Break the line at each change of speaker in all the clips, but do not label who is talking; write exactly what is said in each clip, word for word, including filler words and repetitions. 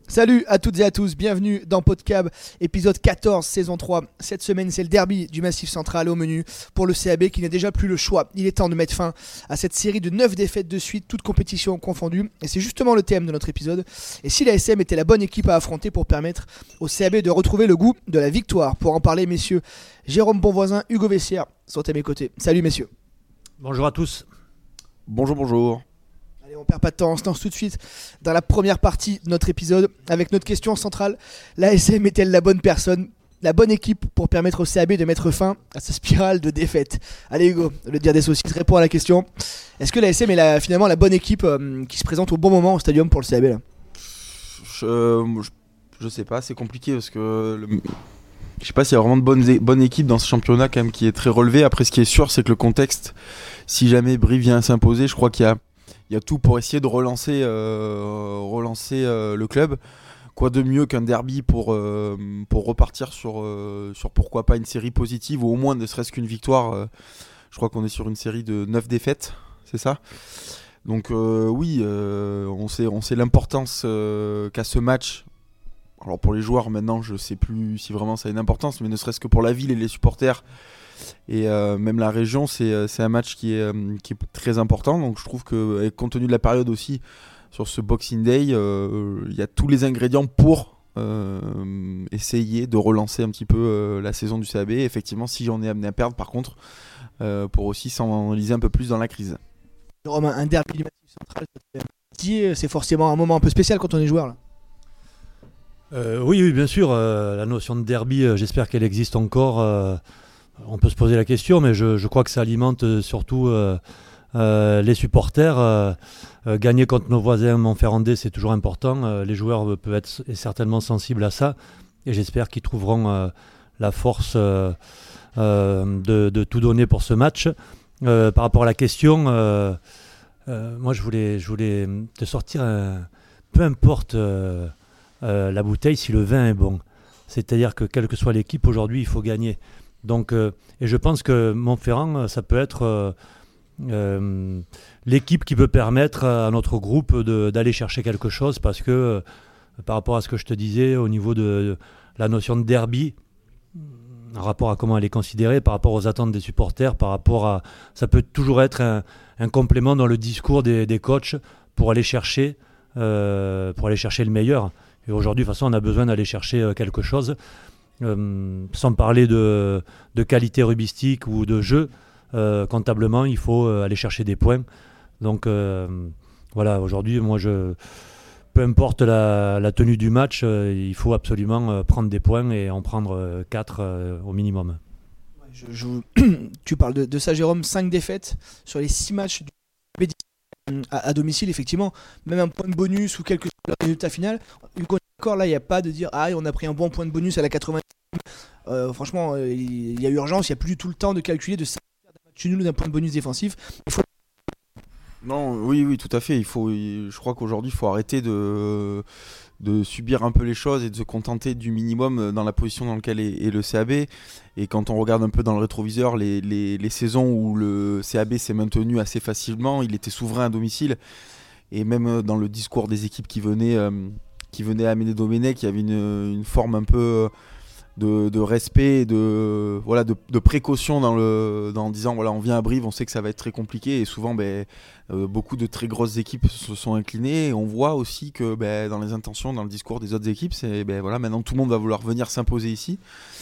Salut à toutes et à tous, bienvenue dans Podcab, épisode quatorze, saison trois. Cette semaine, c'est le derby du Massif Central au menu pour le C A B qui n'a déjà plus le choix. Il est temps de mettre fin à cette série de neuf défaites de suite, toutes compétitions confondues. Et c'est justement le thème de notre épisode. Et si la S M était la bonne équipe à affronter pour permettre au C A B de retrouver le goût de la victoire. Pour en parler, messieurs, Jérôme Bonvoisin, Hugo Vessière sont à mes côtés. Salut messieurs.
Bonjour à tous.
Bonjour, bonjour.
Allez, on perd pas de temps, on se lance tout de suite dans la première partie de notre épisode avec notre question centrale. La S M est-elle la bonne personne, la bonne équipe pour permettre au C A B de mettre fin à sa spirale de défaites? Allez Hugo, le dire des saucisses répond à la question. Est-ce que la S M est la, finalement la bonne équipe euh, qui se présente au bon moment au stadium pour le C A B là?
je, je, je sais pas, c'est compliqué parce que le, je sais pas s'il y a vraiment de bonnes, bonnes équipes dans ce championnat quand même qui est très relevé. Après, ce qui est sûr, c'est que le contexte, si jamais Brie vient à s'imposer, je crois qu'il y a Il y a tout pour essayer de relancer, euh, relancer euh, le club. Quoi de mieux qu'un derby pour, euh, pour repartir sur, euh, sur pourquoi pas une série positive ou au moins ne serait-ce qu'une victoire. Euh, je crois qu'on est sur une série de neuf défaites, c'est ça ? Donc euh, oui, euh, on sait, on sait l'importance euh, qu'a ce match. Alors pour les joueurs maintenant, je sais plus si vraiment ça a une importance, mais ne serait-ce que pour la ville et les supporters. Et euh, même la région, c'est, c'est un match qui est, euh, qui est très important. Donc je trouve que, et compte tenu de la période aussi, sur ce Boxing Day, il euh, y a tous les ingrédients pour euh, essayer de relancer un petit peu euh, la saison du C A B. Effectivement, si on est amené à perdre, par contre, euh, pour aussi s'enliser un peu plus dans la crise.
Jérôme, un derby du Massif Central, c'est forcément un moment un peu spécial quand on est joueur là.
Euh, oui, oui, bien sûr. Euh, la notion de derby, euh, j'espère qu'elle existe encore. Euh, on peut se poser la question, mais je, je crois que ça alimente surtout euh, euh, les supporters. Euh, euh, gagner contre nos voisins montferrandais, c'est toujours important. Euh, les joueurs peuvent être certainement sensibles à ça. Et j'espère qu'ils trouveront euh, la force euh, euh, de, de tout donner pour ce match. Euh, par rapport à la question, euh, euh, moi, je voulais, je voulais te sortir un... Peu importe... Euh, Euh, la bouteille si le vin est bon. C'est-à-dire que quelle que soit l'équipe aujourd'hui, il faut gagner. Donc, euh, et je pense que Montferrand, ça peut être euh, euh, l'équipe qui peut permettre à notre groupe de, d'aller chercher quelque chose parce que euh, par rapport à ce que je te disais au niveau de, de la notion de derby, en rapport à comment elle est considérée, par rapport aux attentes des supporters, par rapport à... Ça peut toujours être un, un complément dans le discours des, des coachs pour aller chercher, euh, pour aller chercher le meilleur. Et aujourd'hui, de toute façon, on a besoin d'aller chercher quelque chose. Euh, sans parler de, de qualité rugbyistique ou de jeu, euh, comptablement, il faut aller chercher des points. Donc euh, voilà, aujourd'hui, moi, je, peu importe la, la tenue du match, euh, il faut absolument prendre des points et en prendre quatre euh, au minimum.
Je, je, tu parles de, de ça, Jérôme, cinq défaites sur les six matchs du à, à domicile, effectivement, même un point de bonus ou quelque chose le résultat final. Encore là, il n'y a pas de dire ah on a pris un bon point de bonus à la quatre-vingtième. Euh, franchement, euh, il y a urgence, il n'y a plus du tout le temps de calculer de ça d'un match nul ou d'un point de bonus défensif. Il faut...
Non, oui, oui, tout à fait. Il faut, je crois qu'aujourd'hui, il faut arrêter de, de subir un peu les choses et de se contenter du minimum dans la position dans laquelle est, est le C A B. Et quand on regarde un peu dans le rétroviseur les, les, les saisons où le C A B s'est maintenu assez facilement, il était souverain à domicile. Et même dans le discours des équipes qui venaient, euh, qui venaient à Amédée-Domenech, il y avait une, une forme un peu de, de respect, de, voilà, de, de précaution dans le, dans, en disant voilà, on vient à Brive, on sait que ça va être très compliqué. Et souvent, ben, euh, beaucoup de très grosses équipes se sont inclinées. Et on voit aussi que ben, dans les intentions, dans le discours des autres équipes, c'est ben, voilà, maintenant tout le monde va vouloir venir s'imposer ici.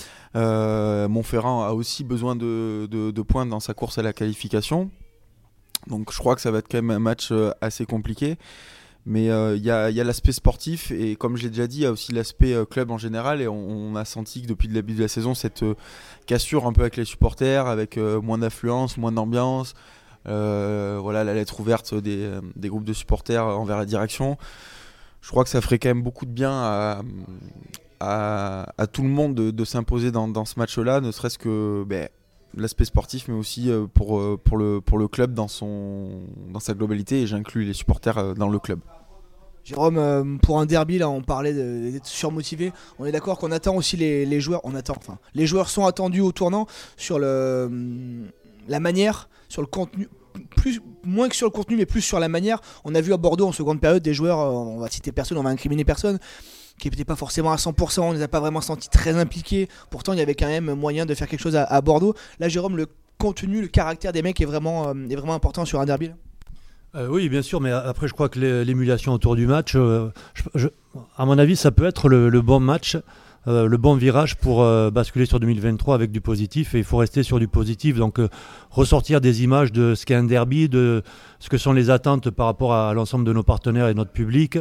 Euh, Montferrand a aussi besoin de, de, de points dans sa course à la qualification. Donc je crois que ça va être quand même un match assez compliqué. Mais il euh, y, a, y a l'aspect sportif et comme j'ai déjà dit, il y a aussi l'aspect euh, club en général. Et on, on a senti que depuis le début de la saison, cette euh, cassure un peu avec les supporters, avec euh, moins d'affluence, moins d'ambiance. Euh, voilà, la lettre ouverte des, des groupes de supporters envers la direction. Je crois que ça ferait quand même beaucoup de bien à, à, à tout le monde de, de s'imposer dans, dans ce match-là, ne serait-ce que... Ben, l'aspect sportif mais aussi pour, pour, le, pour le club dans, son, dans sa globalité et j'inclus les supporters dans le club.
Jérôme, pour un derby là on parlait d'être surmotivé, on est d'accord qu'on attend aussi les, les joueurs, on attend, enfin les joueurs sont attendus au tournant sur le, la manière, sur le contenu plus, moins que sur le contenu, mais plus sur la manière. On a vu à Bordeaux en seconde période des joueurs, euh, on va citer personne, on va incriminer personne, qui n'étaient pas forcément à cent pour cent, on ne les a pas vraiment sentis très impliqués. Pourtant, il y avait quand même moyen de faire quelque chose à, à Bordeaux. Là, Jérôme, le contenu, le caractère des mecs est vraiment, euh, est vraiment important sur un derby là.
Euh, oui, bien sûr, mais après, je crois que l'émulation autour du match, euh, je, je, à mon avis, ça peut être le, le bon match, euh, le bon virage pour euh, basculer sur deux mille vingt-trois avec du positif. Et il faut rester sur du positif, donc euh, ressortir des images de ce qu'est un derby, de ce que sont les attentes par rapport à l'ensemble de nos partenaires et notre public.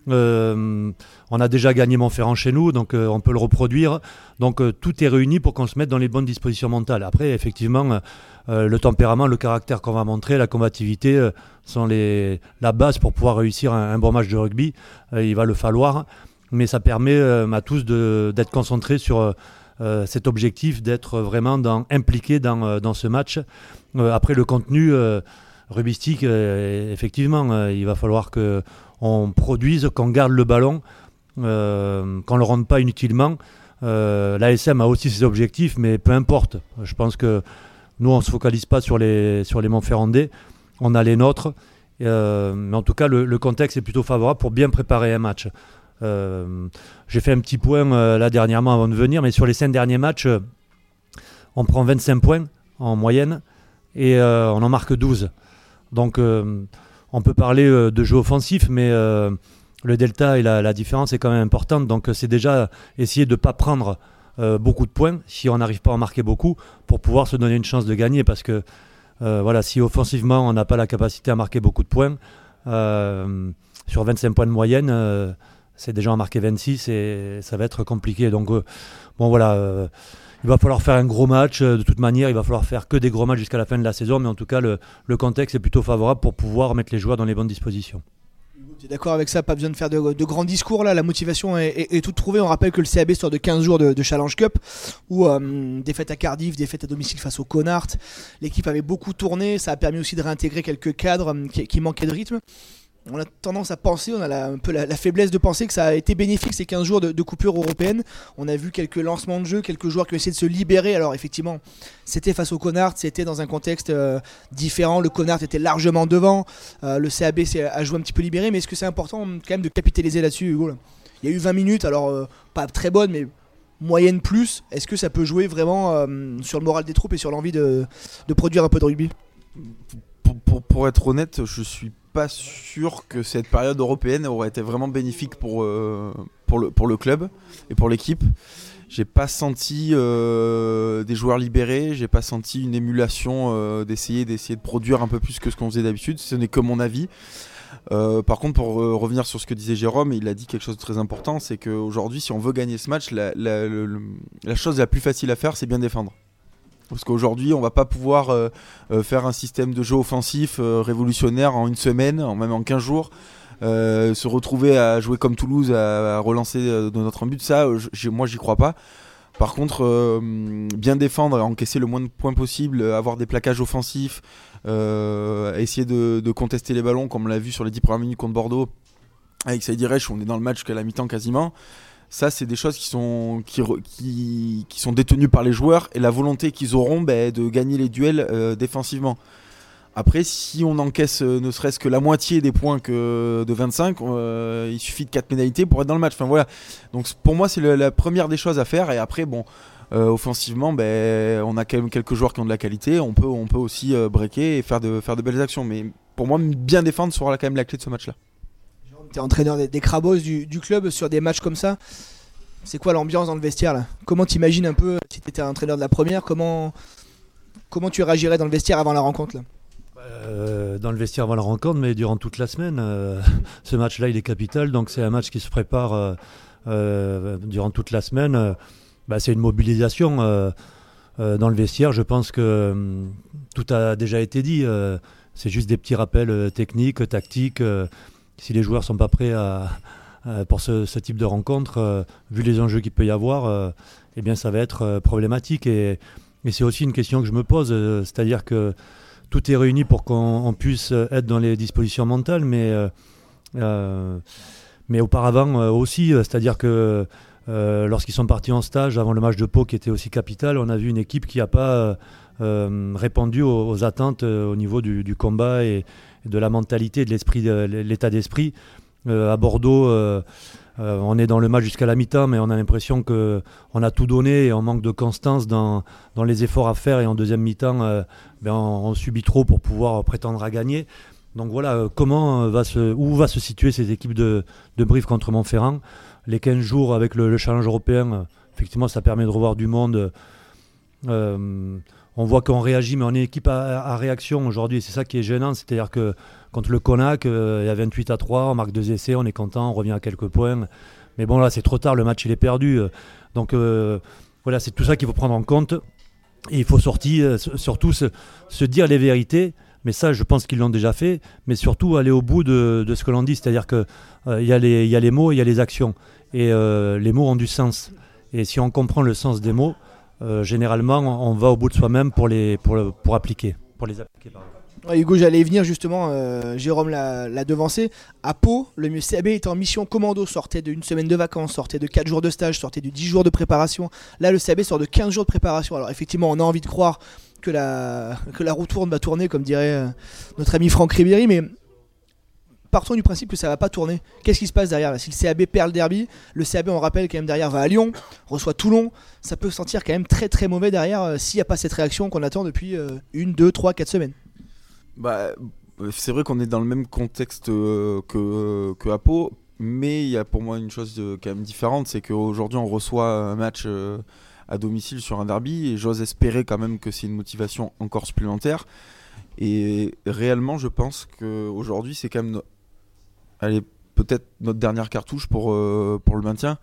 Euh, on a déjà gagné Montferrand chez nous, donc euh, on peut le reproduire. Donc euh, tout est réuni pour qu'on se mette dans les bonnes dispositions mentales. Après, effectivement, euh, le tempérament, le caractère qu'on va montrer, la combativité euh, sont les, la base pour pouvoir réussir un, un bon match de rugby. Euh, il va le falloir, mais ça permet euh, à tous de, d'être concentrés sur euh, cet objectif, d'être vraiment dans, impliqués dans, euh, dans ce match. Euh, après, le contenu euh, rugbystique, euh, effectivement, euh, il va falloir que on produise, qu'on garde le ballon, euh, qu'on ne le rende pas inutilement. Euh, L'A S M a aussi ses objectifs, mais peu importe. Je pense que nous, on ne se focalise pas sur les, sur les Montferrandais, on a les nôtres. Euh, mais en tout cas, le, le contexte est plutôt favorable pour bien préparer un match. Euh, J'ai fait un petit point euh, là dernièrement avant de venir, mais sur les cinq derniers matchs, euh, on prend vingt-cinq points en moyenne et euh, on en marque douze. Donc, euh, on peut parler euh, de jeu offensif, mais euh, le delta et la, la différence est quand même importante. Donc, c'est déjà essayer de ne pas prendre euh, beaucoup de points si on n'arrive pas à en marquer beaucoup pour pouvoir se donner une chance de gagner. Parce que euh, voilà, si offensivement, on n'a pas la capacité à marquer beaucoup de points, euh, sur vingt-cinq points de moyenne, euh, c'est déjà en marquer vingt-six et ça va être compliqué. Donc, euh, bon, voilà. Euh, Il va falloir faire un gros match, de toute manière, il va falloir faire que des gros matchs jusqu'à la fin de la saison, mais en tout cas, le, le contexte est plutôt favorable pour pouvoir mettre les joueurs dans les bonnes dispositions.
Tu es d'accord avec ça, pas besoin de faire de, de grands discours là, la motivation est, est, est toute trouvée. On rappelle que le C A B sort de quinze jours de, de Challenge Cup, où euh, défaite à Cardiff, défaite à domicile face au Connacht. L'équipe avait beaucoup tourné, ça a permis aussi de réintégrer quelques cadres euh, qui, qui manquaient de rythme. On a tendance à penser, on a la, un peu la, la faiblesse de penser que ça a été bénéfique ces quinze jours de, de coupure européenne. On a vu quelques lancements de jeu, quelques joueurs qui ont essayé de se libérer. Alors effectivement, c'était face au Connacht, c'était dans un contexte euh, différent. Le Connacht était largement devant, euh, le C A B a joué un petit peu libéré. Mais est-ce que c'est important quand même de capitaliser là-dessus, Hugo là ? Il y a eu vingt minutes, alors euh, pas très bonnes, mais moyenne plus. Est-ce que ça peut jouer vraiment euh, sur le moral des troupes et sur l'envie de, de produire un peu de rugby ?
pour, pour, pour être honnête, je suis pas sûr que cette période européenne aurait été vraiment bénéfique pour, euh, pour, le, pour le club et pour l'équipe. J'ai pas senti euh, des joueurs libérés, j'ai pas senti une émulation euh, d'essayer, d'essayer de produire un peu plus que ce qu'on faisait d'habitude. Ce n'est que mon avis. Euh, par contre, pour euh, revenir sur ce que disait Jérôme, il a dit quelque chose de très important, c'est qu'aujourd'hui, si on veut gagner ce match, la, la, la, la chose la plus facile à faire, c'est bien défendre. Parce qu'aujourd'hui, on va pas pouvoir euh, euh, faire un système de jeu offensif euh, révolutionnaire en une semaine, en même en quinze jours. Euh, se retrouver à jouer comme Toulouse, à, à relancer euh, de notre but, ça, je, moi, j'y crois pas. Par contre, euh, bien défendre, encaisser le moins de points possible, avoir des plaquages offensifs, euh, essayer de, de contester les ballons, comme on l'a vu sur les dix premières minutes contre Bordeaux, avec Saïd Reich, où on est dans le match jusqu'à la mi-temps quasiment. Ça, c'est des choses qui sont, qui, qui, qui sont détenues par les joueurs et la volonté qu'ils auront bah, de gagner les duels euh, défensivement. Après, si on encaisse euh, ne serait-ce que la moitié des points que de vingt-cinq, euh, il suffit de quatre pénalités pour être dans le match. Enfin, voilà. Donc pour moi, c'est le, la première des choses à faire. Et après, bon, euh, offensivement, bah, on a quand même quelques joueurs qui ont de la qualité. On peut, on peut aussi euh, breaker et faire de, faire de belles actions. Mais pour moi, bien défendre sera quand même la clé de ce match-là.
Tu es entraîneur des, des Crabos du, du club sur des matchs comme ça. C'est quoi l'ambiance dans le vestiaire là ? Comment t'imagines un peu si tu étais entraîneur de la première, comment, comment tu réagirais dans le vestiaire avant la rencontre là ?
euh, Dans le vestiaire avant la rencontre, mais durant toute la semaine. Euh, ce match-là, il est capital, donc c'est un match qui se prépare euh, euh, durant toute la semaine. Euh, bah, c'est une mobilisation euh, euh, dans le vestiaire. Je pense que euh, tout a déjà été dit. Euh, c'est juste des petits rappels euh, techniques, tactiques. Euh, Si les joueurs ne sont pas prêts à, à, pour ce, ce type de rencontre, euh, vu les enjeux qu'il peut y avoir, euh, eh bien, ça va être euh, problématique. Et, et c'est aussi une question que je me pose, euh, c'est-à-dire que tout est réuni pour qu'on on puisse être dans les dispositions mentales, mais, euh, euh, mais auparavant euh, aussi, euh, c'est-à-dire que euh, lorsqu'ils sont partis en stage avant le match de Pau qui était aussi capital, on a vu une équipe qui n'a pas euh, répondu aux, aux attentes euh, au niveau du, du combat et, et de la mentalité, de l'esprit, de l'état d'esprit. Euh, à Bordeaux, euh, euh, on est dans le match jusqu'à la mi-temps, mais on a l'impression qu'on a tout donné et on manque de constance dans, dans les efforts à faire. Et en deuxième mi-temps, euh, ben on, on subit trop pour pouvoir prétendre à gagner. Donc voilà, euh, comment va se, où va se situer ces équipes de, de Brive contre Montferrand. Les quinze jours avec le, le challenge européen, euh, effectivement, ça permet de revoir du monde. Euh, on voit qu'on réagit, mais on est équipe à, à réaction aujourd'hui. C'est ça qui est gênant. C'est-à-dire que contre le Conac, euh, il y a vingt-huit à trois, on marque deux essais, on est content, on revient à quelques points. Mais bon, là, c'est trop tard, le match, il est perdu. Donc euh, voilà, c'est tout ça qu'il faut prendre en compte. Et il faut sortir, surtout se, se dire les vérités. Mais ça, je pense qu'ils l'ont déjà fait. Mais surtout, aller au bout de, de ce que l'on dit. C'est-à-dire qu'il euh, y, y a les mots et il y a les actions. Et euh, les mots ont du sens. Et si on comprend le sens des mots, euh, généralement, on va au bout de soi-même pour, les, pour, le, pour appliquer. Pour les appliquer, pardon.
Ouais, Hugo, j'allais y venir justement, euh, Jérôme l'a, l'a devancé. À Pau, le C A B était en mission commando, sortait d'une semaine de vacances, sortait de quatre jours de stage, sortait de dix jours de préparation. Là, le C A B sort de quinze jours de préparation. Alors effectivement, on a envie de croire que la, que la roue tourne, va tourner, comme dirait euh, notre ami Franck Ribéry, mais partons du principe que ça va pas tourner. Qu'est-ce qui se passe derrière là? Si le C A B perd le derby, le C A B, on rappelle quand même derrière, va à Lyon, reçoit Toulon, ça peut se sentir quand même très très mauvais derrière euh, s'il n'y a pas cette réaction qu'on attend depuis euh, une, deux, trois, quatre semaines.
Bah, c'est vrai qu'on est dans le même contexte euh, que, que à Pau, mais il y a pour moi une chose de, quand même différente, c'est qu'aujourd'hui on reçoit un match euh, à domicile sur un derby, et j'ose espérer quand même que c'est une motivation encore supplémentaire. Et réellement, je pense qu'aujourd'hui c'est quand même no- allez, peut-être notre dernière cartouche pour, euh, pour le maintien.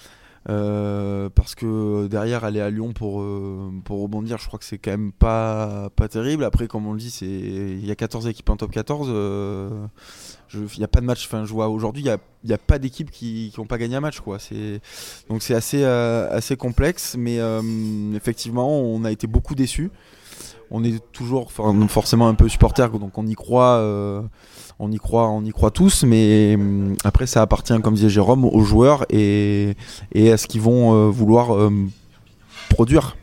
Euh, parce que derrière aller à Lyon pour, euh, pour rebondir, je crois que c'est quand même pas, pas terrible. Après, comme on le dit, c'est, il y a quatorze équipes en top quatorze, euh, il n'y a pas de match, enfin je vois aujourd'hui il n'y a, y a pas d'équipes qui n'ont pas gagné un match, quoi. C'est, donc c'est assez, euh, assez complexe, mais euh, effectivement on a été beaucoup déçus. On est toujours forcément un peu supporter, donc on y croit, euh, on y croit, on y croit tous, mais euh, après ça appartient, comme disait Jérôme, aux joueurs et, et à ce qu'ils vont euh, vouloir euh, produire.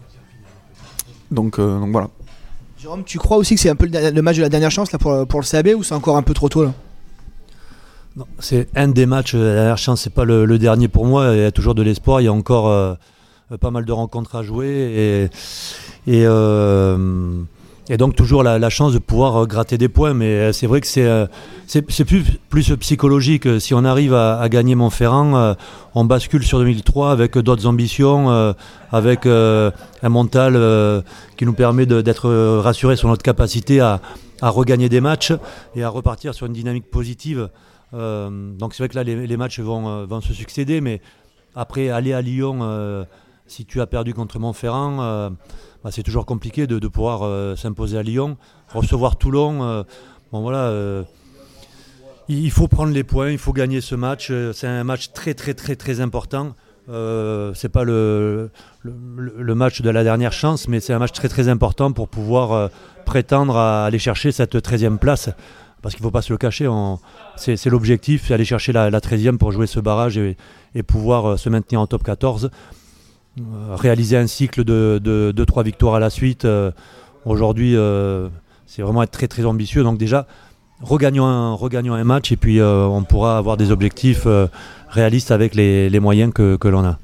Donc, euh, donc voilà.
Jérôme, tu crois aussi que c'est un peu le, le match de la dernière chance là, pour, pour le C A B, ou c'est encore un peu trop tôt là?
Non, c'est un des matchs de la dernière chance, c'est pas le, le dernier pour moi. Il y a toujours de l'espoir, il y a encore euh, pas mal de rencontres à jouer et Et, euh, et donc toujours la, la chance de pouvoir gratter des points, mais c'est vrai que c'est, c'est, c'est plus, plus psychologique. Si on arrive à, à gagner Montferrand, euh, on bascule sur deux mille trois avec d'autres ambitions, euh, avec euh, un mental euh, qui nous permet de, d'être rassurés sur notre capacité à, à regagner des matchs et à repartir sur une dynamique positive. Euh, donc c'est vrai que là les, les matchs vont, vont se succéder, mais après aller à Lyon, euh, si tu as perdu contre Montferrand, euh, bah, c'est toujours compliqué de, de pouvoir euh, s'imposer à Lyon, recevoir Toulon. Euh, bon voilà, euh, il faut prendre les points, il faut gagner ce match. C'est un match très très très très important. Euh, c'est pas le, le, le match de la dernière chance, mais c'est un match très très important pour pouvoir euh, prétendre à aller chercher cette treizième place. Parce qu'il ne faut pas se le cacher, on, c'est, c'est l'objectif, c'est aller chercher la, la treizième pour jouer ce barrage et, et pouvoir euh, se maintenir en top quatorze. Euh, réaliser un cycle de deux trois victoires à la suite. Euh, aujourd'hui, euh, c'est vraiment être très très ambitieux. Donc déjà, regagnons un, regagnons un match et puis euh, on pourra avoir des objectifs euh, réalistes avec les, les moyens que, que l'on a.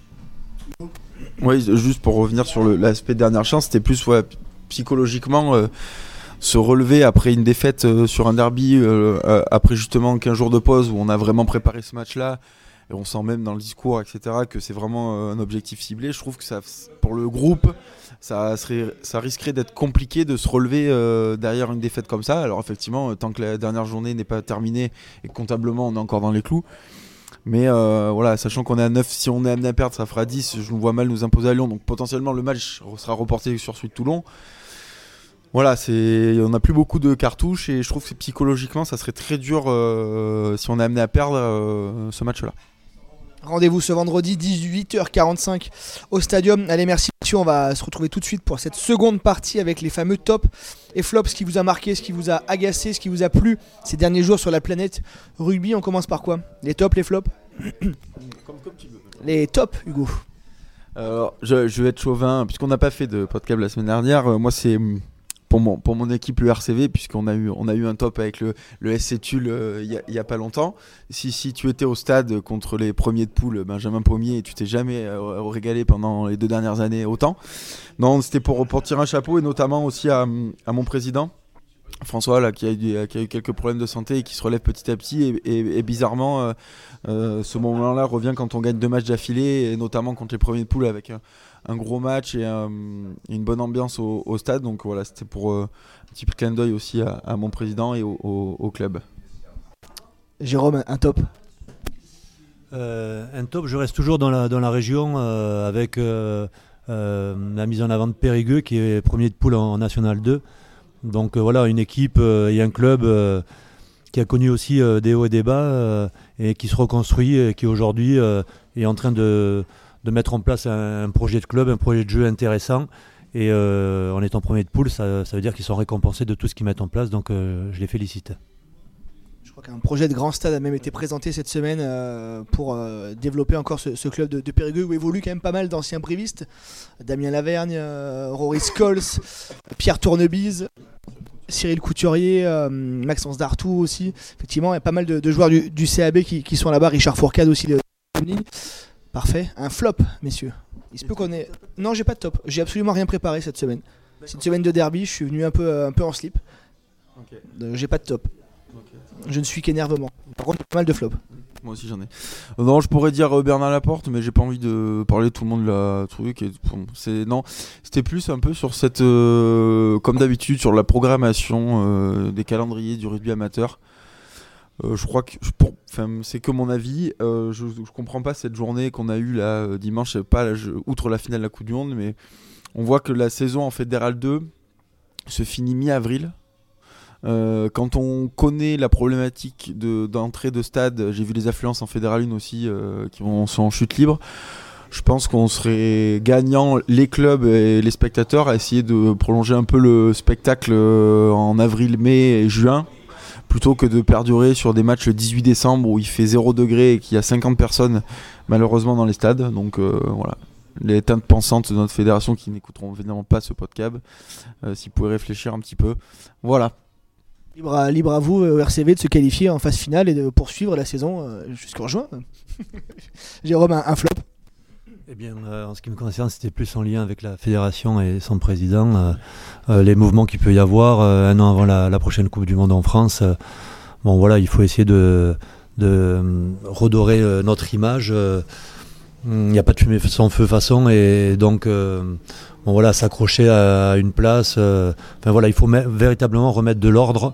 Oui, juste pour revenir sur le, l'aspect dernière chance, c'était plus ouais, psychologiquement euh, se relever après une défaite euh, sur un derby, euh, euh, après justement quinze jours de pause où on a vraiment préparé ce match-là. Et on sent même dans le discours, et cetera, que c'est vraiment un objectif ciblé. Je trouve que ça, pour le groupe, ça, serait, ça risquerait d'être compliqué de se relever euh, derrière une défaite comme ça. Alors effectivement, tant que la dernière journée n'est pas terminée et que comptablement on est encore dans les clous. Mais euh, voilà, sachant qu'on est à neuf, si on est amené à perdre, ça fera dix. Je nous vois mal nous imposer à Lyon. Donc potentiellement, le match sera reporté sur celui de Toulon. Voilà, c'est, on n'a plus beaucoup de cartouches et je trouve que psychologiquement, ça serait très dur euh, si on est amené à perdre euh, ce match-là.
Rendez-vous ce vendredi dix-huit heures quarante-cinq au Stadium. Allez, merci. On va se retrouver tout de suite pour cette seconde partie avec les fameux tops et flops. Ce qui vous a marqué, ce qui vous a agacé, ce qui vous a plu ces derniers jours sur la planète rugby. On commence par quoi? Les tops, les flops?
Comme, comme tu veux.
Les tops, Hugo.
Alors, je, je vais être chauvin, puisqu'on n'a pas fait de podcast la semaine dernière. Euh, moi, c'est pour mon, pour mon équipe, le R C V, puisqu'on a eu, on a eu un top avec le, le S C Tulle euh, il n'y a, a pas longtemps. Si, si tu étais au stade contre les premiers de poule, Benjamin Pommier, et tu t'es jamais euh, régalé pendant les deux dernières années autant. Non, c'était pour, pour tirer un chapeau, et notamment aussi à, à mon président, François, là, qui, a eu, qui a eu quelques problèmes de santé et qui se relève petit à petit. Et, et, et bizarrement, euh, euh, ce moment-là revient quand on gagne deux matchs d'affilée, et notamment contre les premiers de poule avec un, un gros match et un, une bonne ambiance au, au stade. Donc voilà, c'était pour euh, un petit clin d'œil aussi à, à mon président et au, au, au club.
Jérôme, un top
euh, Un top, je reste toujours dans la, dans la région euh, avec euh, euh, la mise en avant de Périgueux qui est premier de poule en, en National deux. Donc euh, voilà, une équipe euh, et un club euh, qui a connu aussi euh, des hauts et des bas euh, et qui se reconstruit et qui aujourd'hui euh, est en train de, de mettre en place un, un projet de club, un projet de jeu intéressant. Et euh, en étant premier de poule, ça, ça veut dire qu'ils sont récompensés de tout ce qu'ils mettent en place, donc euh, je les félicite.
Je crois qu'un projet de grand stade a même été présenté cette semaine euh, pour euh, développer encore ce, ce club de, de Périgueux où évoluent quand même pas mal d'anciens brivistes. Damien Lavergne, euh, Rory Scholes, Pierre Tournebise, Cyril Couturier, euh, Maxence Dartou aussi. Effectivement, il y a pas mal de, de joueurs du, du C A B qui, qui sont là-bas. Richard Fourcade aussi. Le... Parfait. Un flop, messieurs. Il se peut qu'on ait... Non, j'ai pas de top. J'ai absolument rien préparé cette semaine. C'est une semaine de derby. Je suis venu un peu, un peu en slip. Okay. Donc, j'ai pas de top. Okay. Je ne suis qu'énervement. Par contre, pas mal de flops.
Moi aussi j'en ai. Euh, non, je pourrais dire euh, Bernard Laporte, mais j'ai pas envie de parler tout le monde de la truc. Et, bon, c'est non, c'était plus un peu sur cette, euh, comme d'habitude, sur la programmation euh, des calendriers du rugby amateur. Euh, je crois que, je, pour, c'est que mon avis. Euh, je, je comprends pas cette journée qu'on a eue là euh, dimanche. Pas là, je, outre la finale de la Coupe du Monde, mais on voit que la saison en Fédéral deux se finit mi-avril. Euh, quand on connaît la problématique de, d'entrée de stade, j'ai vu les affluences en Fédéral un aussi euh, qui vont, sont en chute libre. Je pense qu'on serait gagnant, les clubs et les spectateurs, à essayer de prolonger un peu le spectacle en avril, mai et juin, plutôt que de perdurer sur des matchs le dix-huit décembre où il fait zéro degré et qu'il y a cinquante personnes malheureusement dans les stades. Donc euh, voilà. Les teintes pensantes de notre fédération qui n'écouteront évidemment pas ce podcast, euh, s'ils pouvaient réfléchir un petit peu. Voilà.
Libre à, libre à vous, au R C V, de se qualifier en phase finale et de poursuivre la saison euh, jusqu'en juin. Jérôme, un, un flop.
Eh bien, euh, en ce qui me concerne, c'était plus en lien avec la fédération et son président. Euh, euh, les mouvements qu'il peut y avoir euh, un an avant la, la prochaine Coupe du Monde en France. Euh, bon, voilà, il faut essayer de, de euh, redorer euh, notre image. Euh, il n'y a pas de fumée sans feu façon, et donc euh, bon, voilà, s'accrocher à une place. Euh, enfin voilà, il faut me- véritablement remettre de l'ordre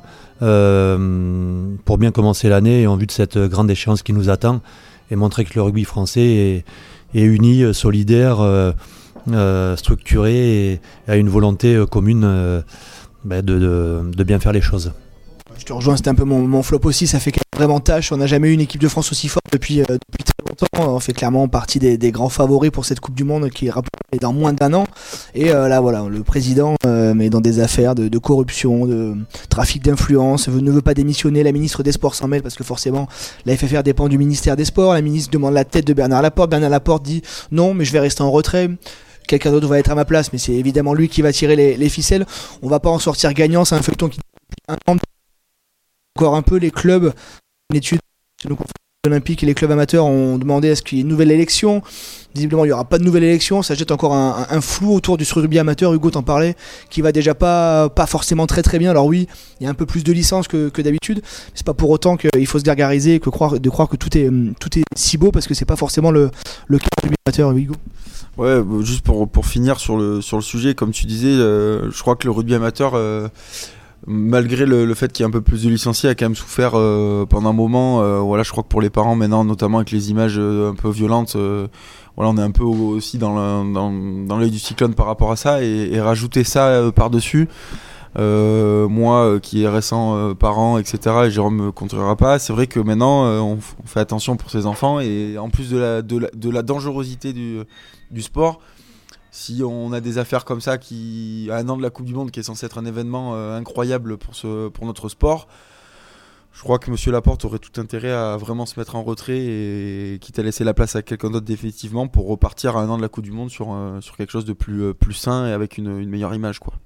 euh, pour bien commencer l'année et en vue de cette grande échéance qui nous attend, et montrer que le rugby français est, est uni, solidaire, euh, euh, structuré et a une volonté commune euh, bah, de, de, de bien faire les choses.
Je te rejoins, c'était un peu mon, mon flop aussi, ça fait vraiment tâche. On n'a jamais eu une équipe de France aussi forte depuis, euh, depuis très longtemps. On fait clairement partie des, des grands favoris pour cette Coupe du Monde qui est dans moins d'un an. Et euh, là, voilà, le président euh, est dans des affaires de, de corruption, de trafic d'influence, veut, ne veut pas démissionner. La ministre des Sports s'en mêle parce que forcément, la F F R dépend du ministère des Sports. La ministre demande la tête de Bernard Laporte. Bernard Laporte dit non, mais je vais rester en retrait. Quelqu'un d'autre va être à ma place, mais c'est évidemment lui qui va tirer les, les ficelles. On va pas en sortir gagnant, c'est un feuilleton qui un an. Encore un peu, les clubs, une étude sur le conflit olympique et les clubs amateurs ont demandé à ce qu'il y ait une nouvelle élection. Visiblement, il n'y aura pas de nouvelle élection. Ça jette encore un, un, un flou autour du rugby amateur. Hugo t'en parlait, qui va déjà pas, pas forcément très très bien. Alors oui, il y a un peu plus de licences que, que d'habitude. Mais c'est pas pour autant qu'il faut se gargariser et que croire, de croire que tout est, tout est si beau, parce que c'est pas forcément le, le cas du rugby amateur, Hugo.
Ouais, juste pour, pour finir sur le, sur le sujet, comme tu disais, euh, je crois que le rugby amateur... Euh, malgré le, le fait qu'il y ait un peu plus de licenciés, a quand même souffert euh, pendant un moment. Euh, voilà, je crois que pour les parents maintenant, notamment avec les images euh, un peu violentes, euh, voilà, on est un peu aussi dans, le, dans, dans l'œil du cyclone par rapport à ça, et, et rajouter ça euh, par-dessus. Euh, moi, euh, qui est récent euh, parent, et cetera, et Jérôme me contrera pas. C'est vrai que maintenant, euh, on, f- on fait attention pour ses enfants, et en plus de la, de la, de la dangerosité du, du sport. Si on a des affaires comme ça, qui, à un an de la Coupe du Monde, qui est censé être un événement euh, incroyable pour, ce, pour notre sport, Je crois que Monsieur Laporte aurait tout intérêt à vraiment se mettre en retrait et quitte à laisser la place à quelqu'un d'autre définitivement pour repartir à un an de la Coupe du Monde sur, euh, sur quelque chose de plus, euh, plus sain et avec une, une meilleure image, quoi.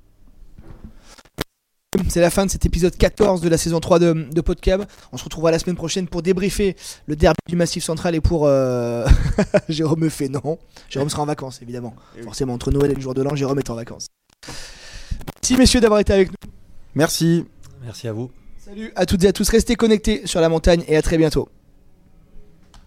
C'est la fin de cet épisode quatorze de la saison trois de, de Podcab. On se retrouvera la semaine prochaine pour débriefer le derby du Massif Central et pour... Euh... Jérôme me fait non. Jérôme sera en vacances, évidemment. Forcément, entre Noël et le jour de l'an, Jérôme est en vacances. Merci messieurs d'avoir été avec nous.
Merci.
Merci à vous.
Salut à toutes et à tous, restez connectés sur la montagne et à très bientôt.